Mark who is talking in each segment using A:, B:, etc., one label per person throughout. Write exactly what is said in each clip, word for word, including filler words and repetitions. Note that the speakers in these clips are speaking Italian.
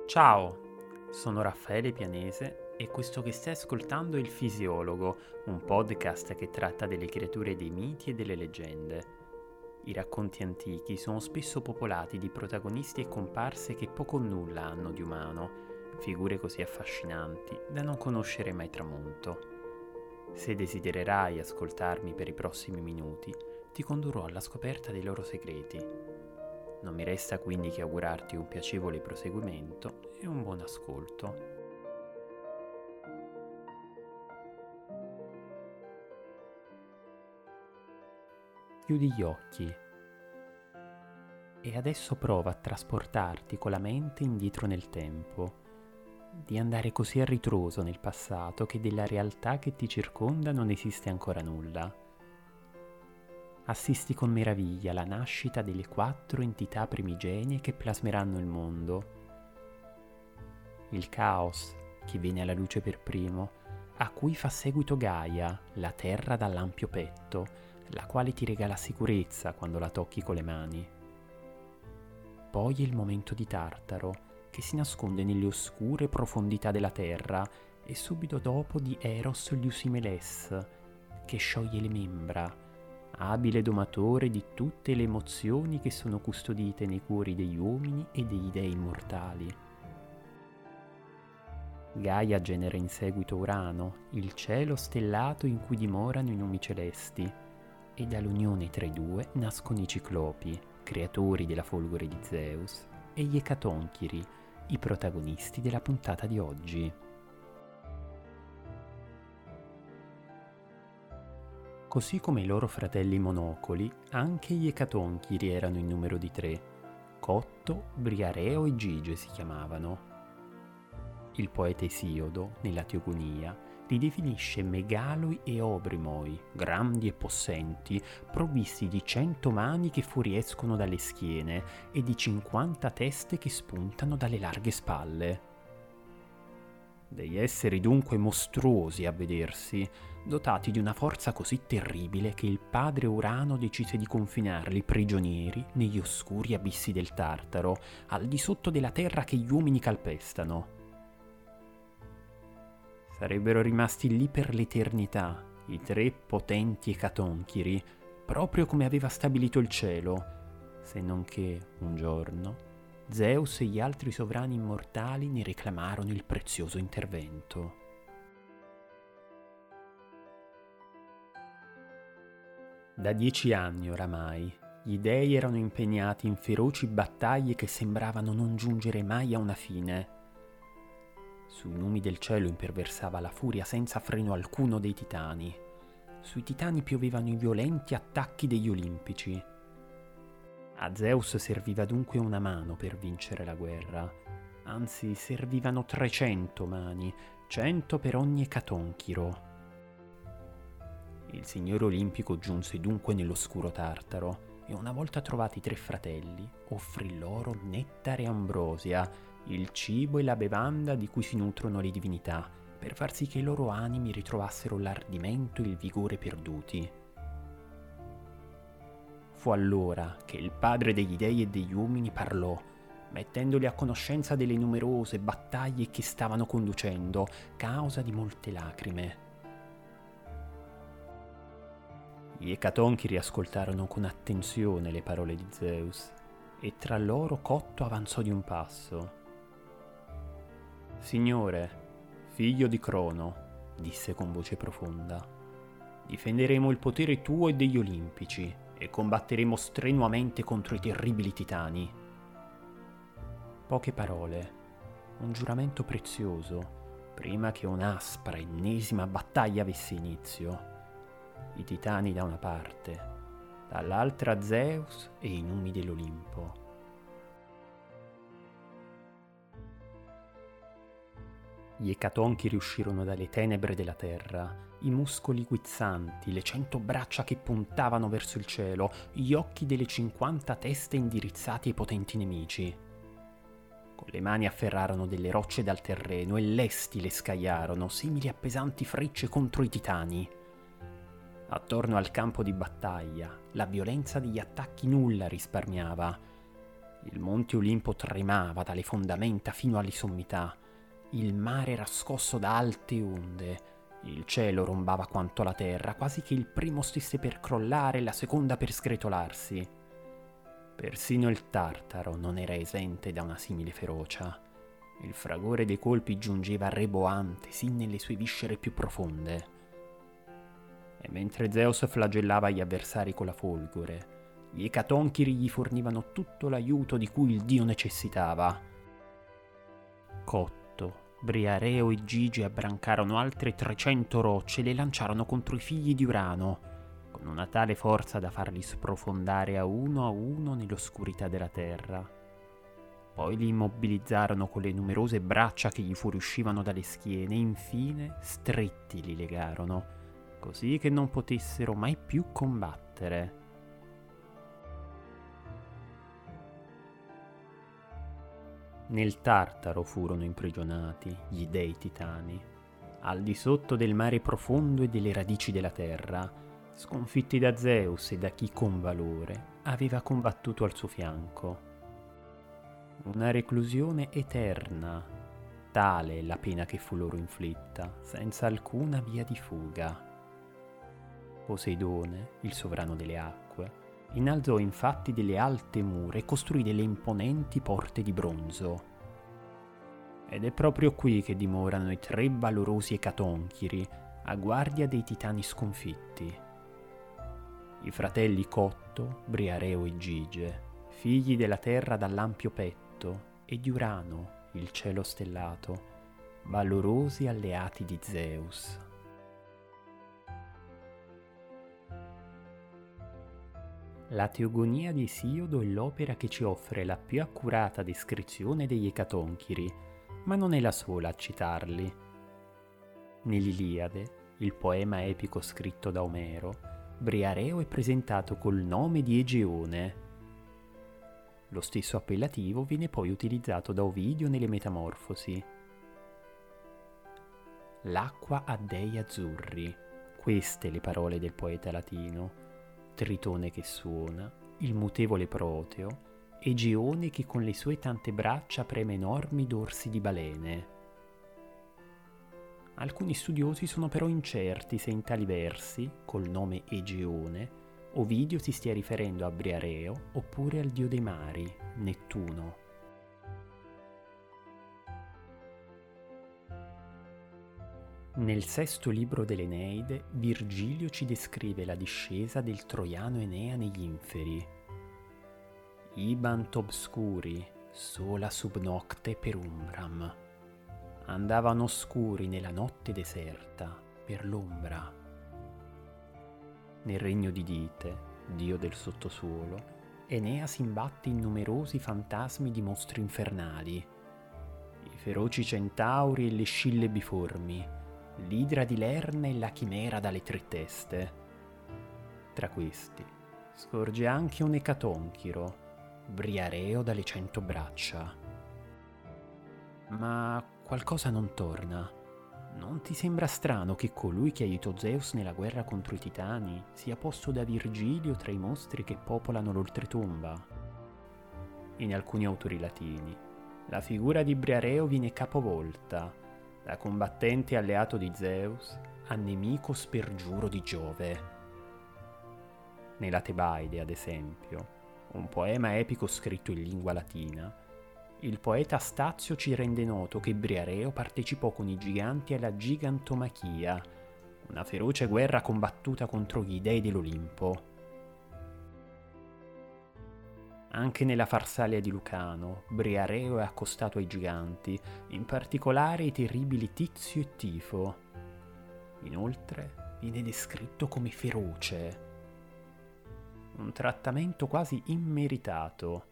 A: Ciao, sono Raffaele Pianese e questo che stai ascoltando è Il Fisiologo, un podcast che tratta delle creature dei miti e delle leggende. I racconti antichi sono spesso popolati di protagonisti e comparse che poco o nulla hanno di umano, figure così affascinanti da non conoscere mai tramonto. Se desidererai ascoltarmi per i prossimi minuti, ti condurrò alla scoperta dei loro segreti. Non mi resta quindi che augurarti un piacevole proseguimento e un buon ascolto. Chiudi gli occhi e adesso prova a trasportarti con la mente indietro nel tempo, di andare così a ritroso nel passato che della realtà che ti circonda non esiste ancora nulla. Assisti con meraviglia alla nascita delle quattro entità primigenie che plasmeranno il mondo. Il caos, che viene alla luce per primo, a cui fa seguito Gaia, la terra dall'ampio petto, la quale ti regala sicurezza quando la tocchi con le mani. Poi è il momento di Tartaro, che si nasconde nelle oscure profondità della terra, e subito dopo di Eros Lyusimeles, che scioglie le membra, abile domatore di tutte le emozioni che sono custodite nei cuori degli uomini e degli dei mortali. Gaia genera in seguito Urano, il cielo stellato in cui dimorano i numi celesti, e dall'unione tra i due nascono i Ciclopi, creatori della folgore di Zeus, e gli Ecatonchiri, i protagonisti della puntata di oggi. Così come i loro fratelli monocoli, anche gli Ecatonchiri erano in numero di tre. Cotto, Briareo e Gige si chiamavano. Il poeta Esiodo, nella Teogonia, li definisce megaloi e obrimoi, grandi e possenti, provvisti di cento mani che fuoriescono dalle schiene e di cinquanta teste che spuntano dalle larghe spalle. Degli esseri dunque mostruosi a vedersi, dotati di una forza così terribile che il padre Urano decise di confinarli prigionieri negli oscuri abissi del Tartaro, al di sotto della terra che gli uomini calpestano. Sarebbero rimasti lì per l'eternità, i tre potenti Ecatonchiri, proprio come aveva stabilito il cielo, se non che, un giorno, Zeus e gli altri sovrani immortali ne reclamarono il prezioso intervento. Da dieci anni oramai, gli dei erano impegnati in feroci battaglie che sembravano non giungere mai a una fine. Sui numi del cielo imperversava la furia senza freno alcuno dei titani. Sui titani piovevano i violenti attacchi degli olimpici. A Zeus serviva dunque una mano per vincere la guerra, anzi servivano trecento mani, cento per ogni Ecatonchiro. Il signore olimpico giunse dunque nell'oscuro Tartaro e una volta trovati i tre fratelli offrì loro nettare e ambrosia, il cibo e la bevanda di cui si nutrono le divinità, per far sì che i loro animi ritrovassero l'ardimento e il vigore perduti. Fu allora che il padre degli dei e degli uomini parlò, mettendoli a conoscenza delle numerose battaglie che stavano conducendo, causa di molte lacrime. Gli Ecatonchiri ascoltarono con attenzione le parole di Zeus, e tra loro Cotto avanzò di un passo. «Signore, figlio di Crono», disse con voce profonda, «difenderemo il potere tuo e degli Olimpici, e combatteremo strenuamente contro i terribili titani». Poche parole, un giuramento prezioso, prima che un'aspra ennesima battaglia avesse inizio. I titani da una parte, dall'altra Zeus e i numi dell'Olimpo. Gli Ecatonchiri uscirono dalle tenebre della terra, i muscoli guizzanti, le cento braccia che puntavano verso il cielo, gli occhi delle cinquanta teste indirizzati ai potenti nemici. Con le mani afferrarono delle rocce dal terreno e lesti le scagliarono, simili a pesanti frecce contro i titani. Attorno al campo di battaglia, la violenza degli attacchi nulla risparmiava. Il monte Olimpo tremava dalle fondamenta fino alle sommità, il mare era scosso da alte onde, il cielo rombava quanto la terra, quasi che il primo stesse per crollare e la seconda per sgretolarsi. Persino il Tartaro non era esente da una simile ferocia. Il fragore dei colpi giungeva reboante sin nelle sue viscere più profonde. E mentre Zeus flagellava gli avversari con la folgore, gli ecatonchiri gli fornivano tutto l'aiuto di cui il dio necessitava. Cotto, Briareo e Gige abbrancarono altre trecento rocce e le lanciarono contro i figli di Urano, con una tale forza da farli sprofondare a uno a uno nell'oscurità della terra. Poi li immobilizzarono con le numerose braccia che gli fuoriuscivano dalle schiene e infine stretti li legarono, così che non potessero mai più combattere. Nel Tartaro furono imprigionati gli dei titani, al di sotto del mare profondo e delle radici della terra, sconfitti da Zeus e da chi con valore aveva combattuto al suo fianco. Una reclusione eterna, tale è la pena che fu loro inflitta, senza alcuna via di fuga. Poseidone, il sovrano delle acque, innalzò infatti delle alte mura e costruì delle imponenti porte di bronzo. Ed è proprio qui che dimorano i tre valorosi ecatonchiri, a guardia dei titani sconfitti. I fratelli Cotto, Briareo e Gige, figli della terra dall'ampio petto, e di Urano, il cielo stellato, valorosi alleati di Zeus. La Teogonia di Esiodo è l'opera che ci offre la più accurata descrizione degli ecatonchiri, ma non è la sola a citarli. Nell'Iliade, il poema epico scritto da Omero, Briareo è presentato col nome di Egeone. Lo stesso appellativo viene poi utilizzato da Ovidio nelle Metamorfosi. L'acqua ha dei azzurri, queste le parole del poeta latino. Tritone che suona, il mutevole Proteo, Egeone che con le sue tante braccia preme enormi dorsi di balene. Alcuni studiosi sono però incerti se in tali versi, col nome Egeone, Ovidio si stia riferendo a Briareo oppure al dio dei mari, Nettuno. Nel sesto libro dell'Eneide, Virgilio ci descrive la discesa del troiano Enea negli inferi. Ibant obscuri, sola sub nocte per umbram. Andavano oscuri nella notte deserta, per l'ombra. Nel regno di Dite, dio del sottosuolo, Enea si imbatte in numerosi fantasmi di mostri infernali, i feroci centauri e le scille biformi, l'idra di Lerna e la chimera dalle tre teste. Tra questi scorge anche un ecatonchiro, Briareo dalle cento braccia. Ma qualcosa non torna. Non ti sembra strano che colui che aiutò Zeus nella guerra contro i titani sia posto da Virgilio tra i mostri che popolano l'oltretomba? In alcuni autori latini, la figura di Briareo viene capovolta, da combattente alleato di Zeus a nemico spergiuro di Giove. Nella Tebaide, ad esempio, un poema epico scritto in lingua latina, il poeta Stazio ci rende noto che Briareo partecipò con i giganti alla Gigantomachia, una feroce guerra combattuta contro gli dei dell'Olimpo. Anche nella Farsalia di Lucano, Briareo è accostato ai giganti, in particolare i terribili Tizio e Tifo. Inoltre viene descritto come feroce, un trattamento quasi immeritato.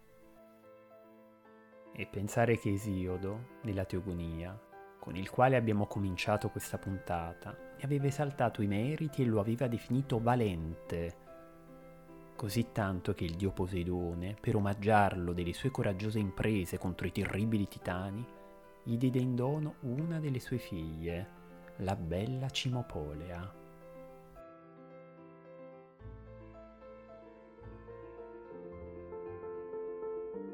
A: E pensare che Esiodo, nella Teogonia, con il quale abbiamo cominciato questa puntata, ne aveva esaltato i meriti e lo aveva definito valente, così tanto che il dio Poseidone, per omaggiarlo delle sue coraggiose imprese contro i terribili titani, gli diede in dono una delle sue figlie, la bella Cimopolea.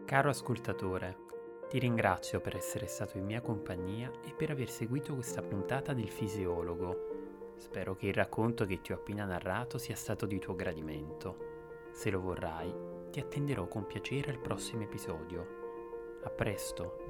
A: Caro ascoltatore, ti ringrazio per essere stato in mia compagnia e per aver seguito questa puntata del Fisiologo. Spero che il racconto che ti ho appena narrato sia stato di tuo gradimento. Se lo vorrai, ti attenderò con piacere al prossimo episodio. A presto!